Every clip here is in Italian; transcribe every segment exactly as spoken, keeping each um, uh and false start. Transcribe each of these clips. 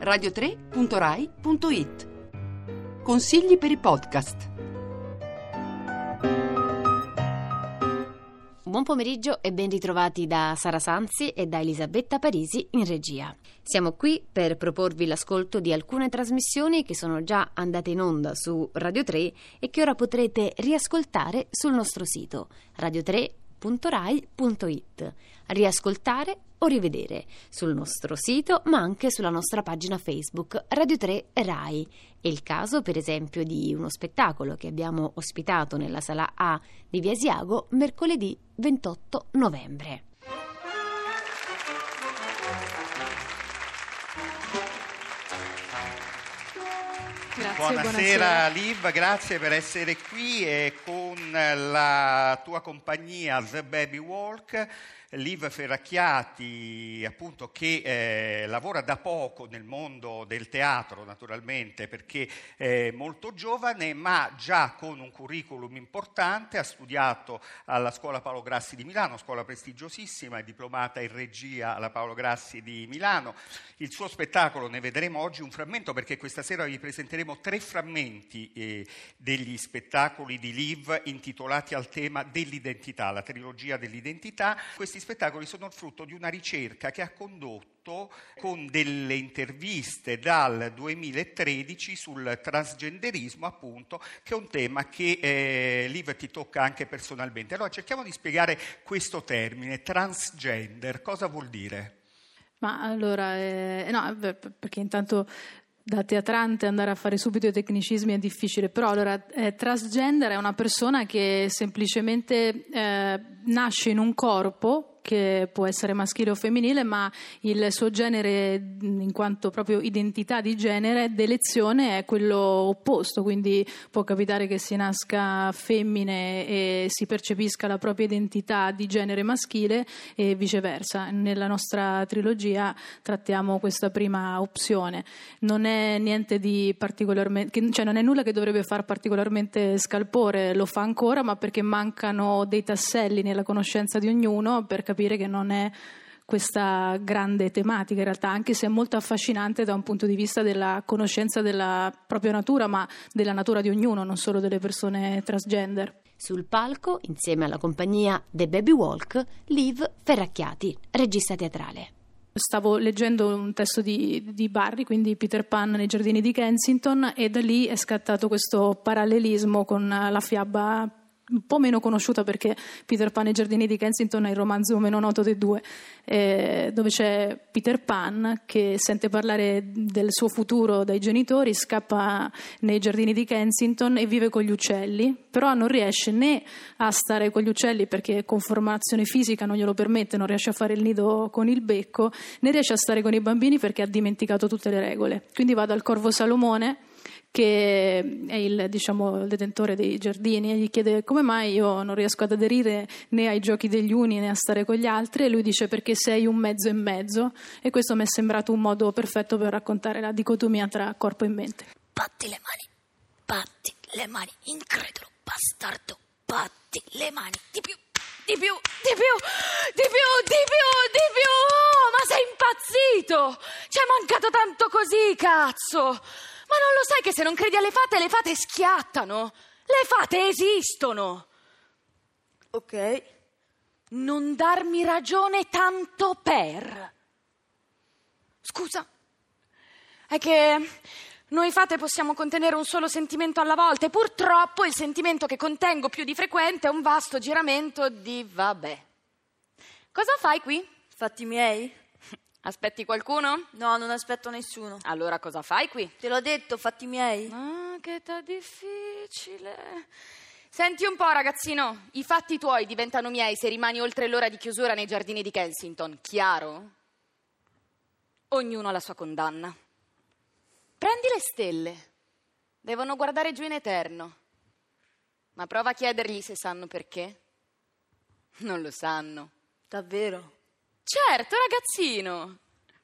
radio tre punto rai punto it. Consigli per i podcast. Buon pomeriggio e ben ritrovati da Sara Sanzi e da Elisabetta Parisi in regia. Siamo qui per proporvi l'ascolto di alcune trasmissioni che sono già andate in onda su Radio tre e che ora potrete riascoltare sul nostro sito radio tre punto rai punto it. Riascoltare o rivedere sul nostro sito, ma anche sulla nostra pagina Facebook Radio tre Rai. È il caso, per esempio, di uno spettacolo che abbiamo ospitato nella sala A di Via Asiago mercoledì ventotto novembre. Grazie, buonasera, buonasera Liv, grazie per essere qui e con la tua compagnia The Baby Walk. Liv Ferracchiati, appunto, che eh, lavora da poco nel mondo del teatro, naturalmente, perché è molto giovane, ma già con un curriculum importante. Ha studiato alla Scuola Paolo Grassi di Milano, scuola prestigiosissima, è diplomata in regia alla Paolo Grassi di Milano. Il suo spettacolo, ne vedremo oggi un frammento, perché questa sera vi presenteremo tre frammenti eh, degli spettacoli di Liv intitolati al tema dell'identità, la trilogia dell'identità. Questi spettacoli sono il frutto di una ricerca che ha condotto con delle interviste dal duemilatredici sul transgenderismo, appunto, che è un tema che eh, Liv ti tocca anche personalmente. Allora cerchiamo di spiegare questo termine, transgender, cosa vuol dire? Ma allora, eh, no, perché intanto da teatrante andare a fare subito i tecnicismi è difficile, però allora eh, transgender è una persona che semplicemente eh, nasce in un corpo che può essere maschile o femminile, ma il suo genere, in quanto proprio identità di genere d'elezione, è quello opposto, quindi può capitare che si nasca femmine e si percepisca la propria identità di genere maschile e viceversa. Nella nostra trilogia trattiamo questa prima opzione. Non è niente di particolarmente, cioè non è nulla che dovrebbe far particolarmente scalpore, lo fa ancora, ma perché mancano dei tasselli nella conoscenza di ognuno per capire che non è questa grande tematica in realtà, anche se è molto affascinante da un punto di vista della conoscenza della propria natura, ma della natura di ognuno, non solo delle persone transgender. Sul palco, insieme alla compagnia The Baby Walk, Liv Ferracchiati, regista teatrale. Stavo leggendo un testo di, di Barry, quindi Peter Pan nei giardini di Kensington, e da lì è scattato questo parallelismo con la fiaba un po' meno conosciuta, perché Peter Pan e i giardini di Kensington è il romanzo meno noto dei due, eh, dove c'è Peter Pan che sente parlare del suo futuro dai genitori, scappa nei giardini di Kensington e vive con gli uccelli, però non riesce né a stare con gli uccelli perché conformazione fisica non glielo permette, non riesce a fare il nido con il becco, né riesce a stare con i bambini perché ha dimenticato tutte le regole. Quindi va dal corvo Salomone, che è il, diciamo, il detentore dei giardini, e gli chiede: come mai io non riesco ad aderire né ai giochi degli uni né a stare con gli altri? E lui dice: perché sei un mezzo e mezzo. E questo mi è sembrato un modo perfetto per raccontare la dicotomia tra corpo e mente. Batti le mani, batti le mani, incredulo, bastardo, batti le mani, di più, di più, di più, di più, di più, di più. Oh, ma sei impazzito? Ci è mancato tanto così, cazzo. Ma non lo sai che se non credi alle fate, le fate schiattano? Le fate esistono. Ok. Non darmi ragione tanto per. Scusa. È che noi fate possiamo contenere un solo sentimento alla volta e purtroppo il sentimento che contengo più di frequente è un vasto giramento di vabbè. Cosa fai qui? Fatti miei? Aspetti qualcuno? No, non aspetto nessuno. Allora cosa fai qui? Te l'ho detto, fatti miei. Ah, che età difficile. Senti un po', ragazzino, i fatti tuoi diventano miei se rimani oltre l'ora di chiusura nei giardini di Kensington, chiaro? Ognuno ha la sua condanna. Prendi le stelle. Devono guardare giù in eterno. Ma prova a chiedergli se sanno perché. Non lo sanno. Davvero? Certo, ragazzino.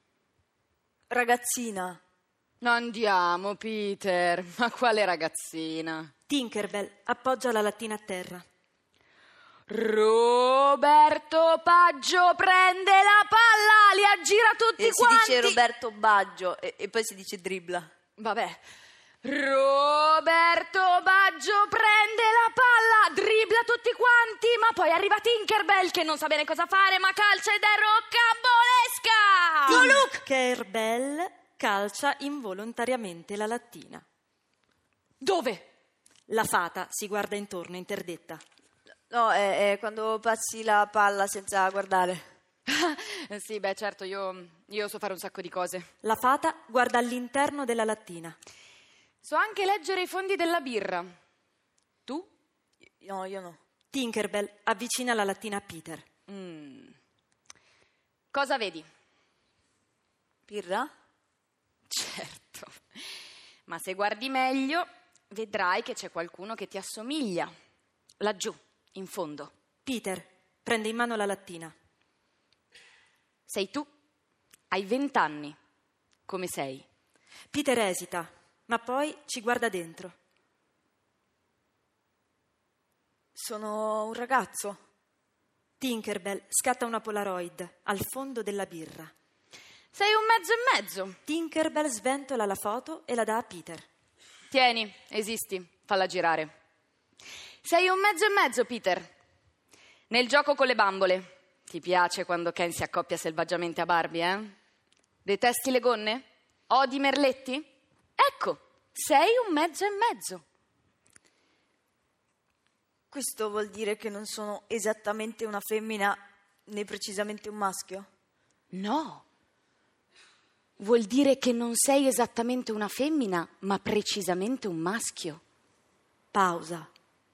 Ragazzina. Andiamo, Peter. Ma quale ragazzina? Tinkerbell, appoggia la lattina a terra. Roma! Roberto Baggio prende la palla, li aggira tutti E si quanti. dice Roberto Baggio e, e poi si dice dribbla. Vabbè. Roberto Baggio prende la palla, dribbla tutti quanti, ma poi arriva Tinkerbell che non sa bene cosa fare, ma calcia ed è rocambolesca. Tinkerbell calcia involontariamente la lattina. Dove? La fata si guarda intorno interdetta. No, è, è quando passi la palla senza guardare. Sì, beh, certo, io, io so fare un sacco di cose. La fata guarda all'interno della lattina. So anche leggere i fondi della birra. Tu? No, io no. Tinkerbell avvicina la lattina a Peter. Mm. Cosa vedi? Birra? Certo. Ma se guardi meglio, vedrai che c'è qualcuno che ti assomiglia. Laggiù, in fondo. Peter prende in mano la lattina. Sei tu. Hai vent'anni. Come sei? Peter esita, ma poi ci guarda dentro. Sono un ragazzo. Tinkerbell scatta una Polaroid al fondo della birra. Sei un mezzo e mezzo. Tinkerbell sventola la foto e la dà a Peter. Tieni, esisti, falla girare. Sei un mezzo e mezzo, Peter. Nel gioco con le bambole. Ti piace quando Ken si accoppia selvaggiamente a Barbie, eh? Detesti le gonne? Odi i merletti? Ecco, sei un mezzo e mezzo. Questo vuol dire che non sono esattamente una femmina né precisamente un maschio? No. Vuol dire che non sei esattamente una femmina, ma precisamente un maschio. Pausa.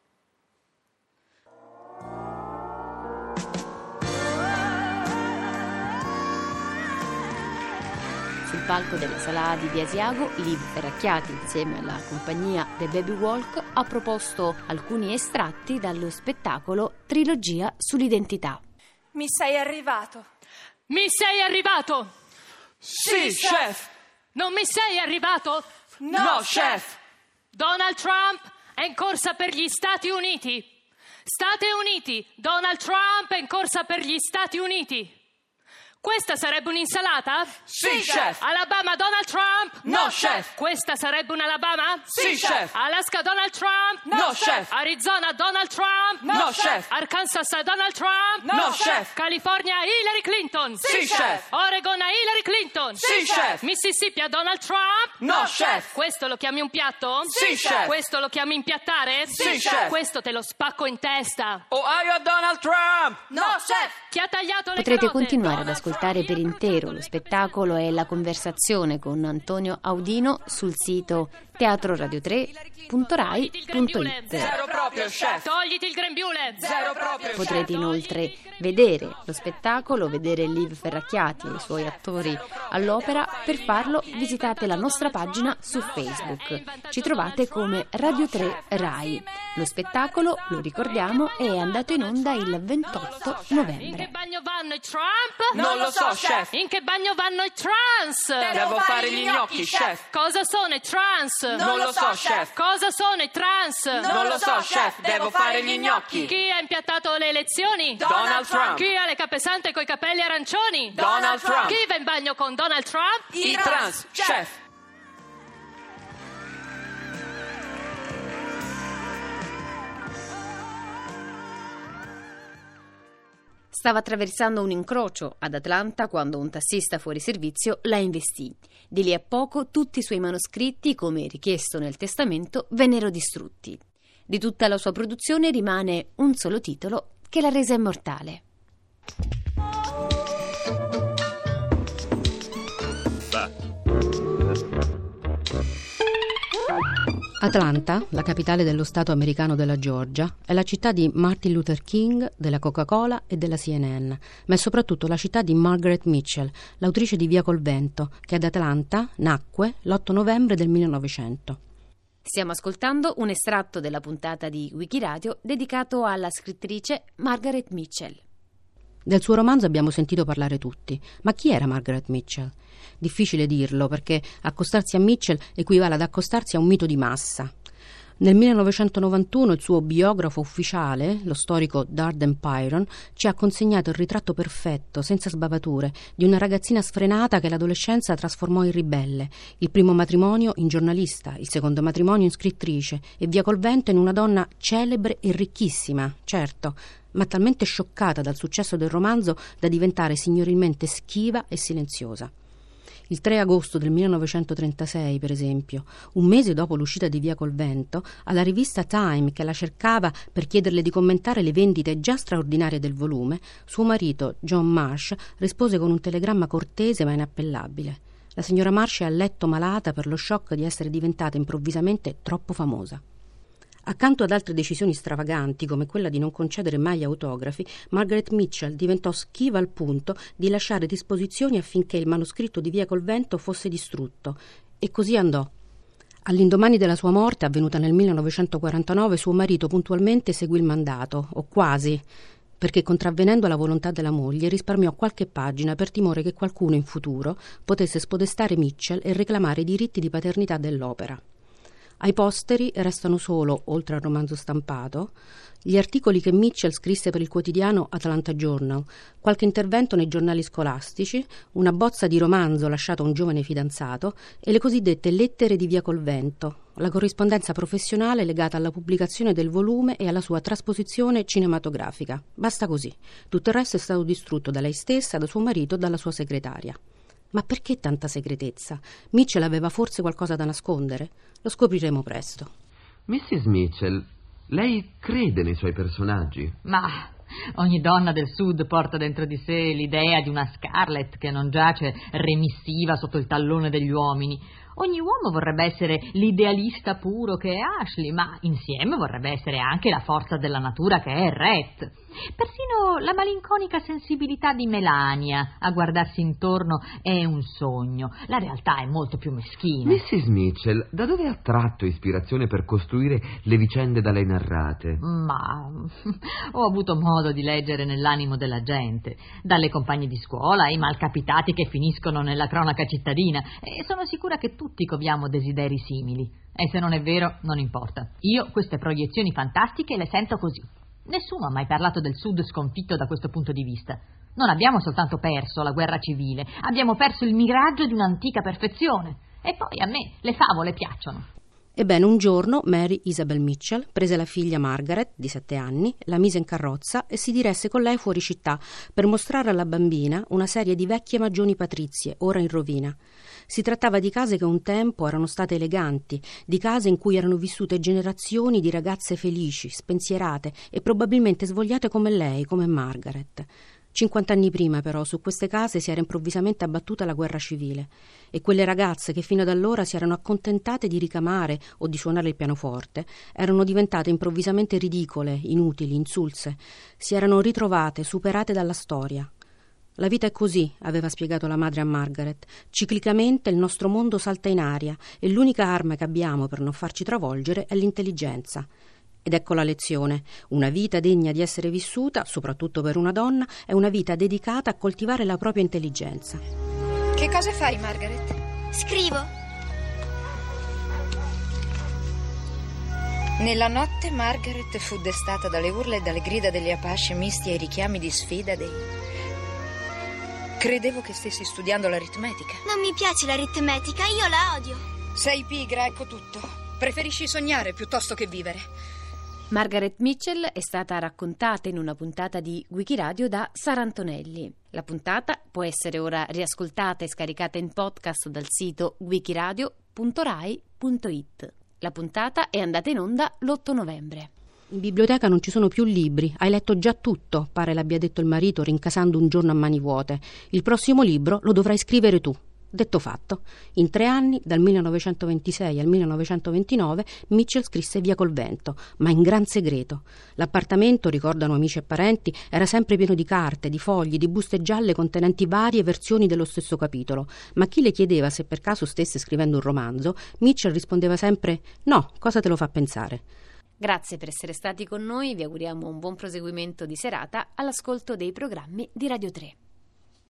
Sul palco della Sala di Via Asiago, Liv Ferracchiati, insieme alla compagnia The Baby Walk, ha proposto alcuni estratti dallo spettacolo Trilogia sull'identità. Mi sei arrivato. Mi sei arrivato? Sì, chef. Non mi sei arrivato? No, chef. Donald Trump è in corsa per gli Stati Uniti. Stati Uniti, Donald Trump è in corsa per gli Stati Uniti. Questa sarebbe un'insalata? Sì, chef. Alabama, Donald Trump? No, chef. Questa sarebbe un'Alabama? Sì, chef. Alaska, Donald Trump? No, chef. Arizona, Donald Trump? No, chef. Arkansas, Donald Trump? No, chef. California, Hillary Clinton? Sì, chef. Oregon, Hillary Clinton? Sì, chef. Mississippi, Donald Trump? No, chef. Questo lo chiami un piatto? Sì, chef. Questo lo chiami impiattare? Sì, chef. Questo te lo spacco in testa. Ohio, Donald Trump. No, chef. Chi ha tagliato le Potrete carote? continuare ad ascoltare per intero lo spettacolo e la conversazione con Antonio Audino sul sito teatro radio tre punto rai punto it. Zero proprio, chef. Togliti il grembiule. Zero proprio, chef. Potrete inoltre vedere lo spettacolo, vedere Liv Ferracchiati e i suoi attori all'opera. Per farlo visitate la nostra pagina su Facebook. Ci trovate come Radio tre Rai. Lo spettacolo, lo ricordiamo, è andato in onda il ventotto In che novembre. bagno vanno i Trump? Non lo so, chef. In che bagno vanno i trans? Devo fare gli gnocchi, chef. Cosa sono i trans? Non lo so, chef. Cosa sono i trans? Non lo so, chef. Devo fare gli gnocchi. Chi ha impiattato le elezioni? Donald Trump. Chi ha le capesante coi capelli arancioni? Donald Trump. Chi va in bagno con Donald Trump? I trans, chef. Stava attraversando un incrocio ad Atlanta quando un tassista fuori servizio la investì. Di lì a poco tutti i suoi manoscritti, come richiesto nel testamento, vennero distrutti. Di tutta la sua produzione rimane un solo titolo che l'ha resa immortale. Atlanta, la capitale dello stato americano della Georgia, è la città di Martin Luther King, della Coca-Cola e della C N N, ma è soprattutto la città di Margaret Mitchell, l'autrice di Via col vento, che ad Atlanta nacque l'otto novembre del millenovecento. Stiamo ascoltando un estratto della puntata di Wikiradio dedicato alla scrittrice Margaret Mitchell. Del suo romanzo abbiamo sentito parlare tutti, ma chi era Margaret Mitchell? Difficile dirlo, perché accostarsi a Mitchell equivale ad accostarsi a un mito di massa. Nel millenovecentonovantuno il suo biografo ufficiale, lo storico Darden Pyron, ci ha consegnato il ritratto perfetto, senza sbavature, di una ragazzina sfrenata che l'adolescenza trasformò in ribelle, il primo matrimonio in giornalista, il secondo matrimonio in scrittrice e via col vento in una donna celebre e ricchissima, certo, ma talmente scioccata dal successo del romanzo da diventare signorilmente schiva e silenziosa. Il tre agosto del millenovecentotrentasei, per esempio, un mese dopo l'uscita di Via col vento, alla rivista Time, che la cercava per chiederle di commentare le vendite già straordinarie del volume, suo marito, John Marsh, rispose con un telegramma cortese ma inappellabile. La signora Marsh è a letto malata per lo shock di essere diventata improvvisamente troppo famosa. Accanto ad altre decisioni stravaganti, come quella di non concedere mai autografi, Margaret Mitchell diventò schiva al punto di lasciare disposizioni affinché il manoscritto di Via col vento fosse distrutto. E così andò. All'indomani della sua morte, avvenuta nel millenovecentoquarantanove, suo marito puntualmente seguì il mandato, o quasi, perché contravvenendo alla volontà della moglie risparmiò qualche pagina per timore che qualcuno in futuro potesse spodestare Mitchell e reclamare i diritti di paternità dell'opera. Ai posteri restano solo, oltre al romanzo stampato, gli articoli che Mitchell scrisse per il quotidiano Atlanta Journal, qualche intervento nei giornali scolastici, una bozza di romanzo lasciato a un giovane fidanzato e le cosiddette lettere di Via col vento, la corrispondenza professionale legata alla pubblicazione del volume e alla sua trasposizione cinematografica. Basta così. Tutto il resto è stato distrutto da lei stessa, da suo marito e dalla sua segretaria. Ma perché tanta segretezza? Mitchell aveva forse qualcosa da nascondere? Lo scopriremo presto. missis Mitchell, lei crede nei suoi personaggi? Ma ogni donna del Sud porta dentro di sé l'idea di una Scarlett che non giace remissiva sotto il tallone degli uomini. Ogni uomo vorrebbe essere l'idealista puro che è Ashley, ma insieme vorrebbe essere anche la forza della natura che è Rhett. Persino la malinconica sensibilità di Melania a guardarsi intorno è un sogno. La realtà è molto più meschina. missis Mitchell, da dove ha tratto ispirazione per costruire le vicende da lei narrate? Ma ho avuto modo di leggere nell'animo della gente, dalle compagne di scuola ai malcapitati che finiscono nella cronaca cittadina, e sono sicura che tutti coviamo desideri simili. E se non è vero, non importa. Io queste proiezioni fantastiche le sento così. Nessuno ha mai parlato del Sud sconfitto da questo punto di vista. Non abbiamo soltanto perso la guerra civile, abbiamo perso il miraggio di un'antica perfezione. E poi a me le favole piacciono. Ebbene, un giorno Mary Isabel Mitchell prese la figlia Margaret, di sette anni, la mise in carrozza e si diresse con lei fuori città per mostrare alla bambina una serie di vecchie magioni patrizie, ora in rovina. Si trattava di case che un tempo erano state eleganti, di case in cui erano vissute generazioni di ragazze felici, spensierate e probabilmente svogliate come lei, come Margaret. Cinquant'anni prima, però, su queste case si era improvvisamente abbattuta la guerra civile e quelle ragazze che fino ad allora si erano accontentate di ricamare o di suonare il pianoforte erano diventate improvvisamente ridicole, inutili, insulse. Si erano ritrovate, superate dalla storia. La vita è così, aveva spiegato la madre a Margaret. Ciclicamente il nostro mondo salta in aria e l'unica arma che abbiamo per non farci travolgere è l'intelligenza. Ed ecco la lezione. Una vita degna di essere vissuta, soprattutto per una donna, è una vita dedicata a coltivare la propria intelligenza. Che cosa fai, Margaret? Scrivo. Nella notte Margaret fu destata dalle urla e dalle grida degli Apache misti ai richiami di sfida dei... Credevo che stessi studiando l'aritmetica. Non mi piace l'aritmetica, io la odio. Sei pigra, ecco tutto. Preferisci sognare piuttosto che vivere. Margaret Mitchell è stata raccontata in una puntata di Wikiradio da Sara Antonelli. La puntata può essere ora riascoltata e scaricata in podcast dal sito wikiradio punto rai punto it. La puntata è andata in onda l'otto novembre. In biblioteca non ci sono più libri, hai letto già tutto, pare l'abbia detto il marito rincasando un giorno a mani vuote. Il prossimo libro lo dovrai scrivere tu. Detto fatto, in tre anni, dal millenovecentoventisei al millenovecentoventinove, Mitchell scrisse Via col vento, ma in gran segreto. L'appartamento, ricordano amici e parenti, era sempre pieno di carte, di fogli, di buste gialle contenenti varie versioni dello stesso capitolo, ma chi le chiedeva se per caso stesse scrivendo un romanzo, Mitchell rispondeva sempre «No, cosa te lo fa pensare?» Grazie per essere stati con noi, vi auguriamo un buon proseguimento di serata all'ascolto dei programmi di Radio tre.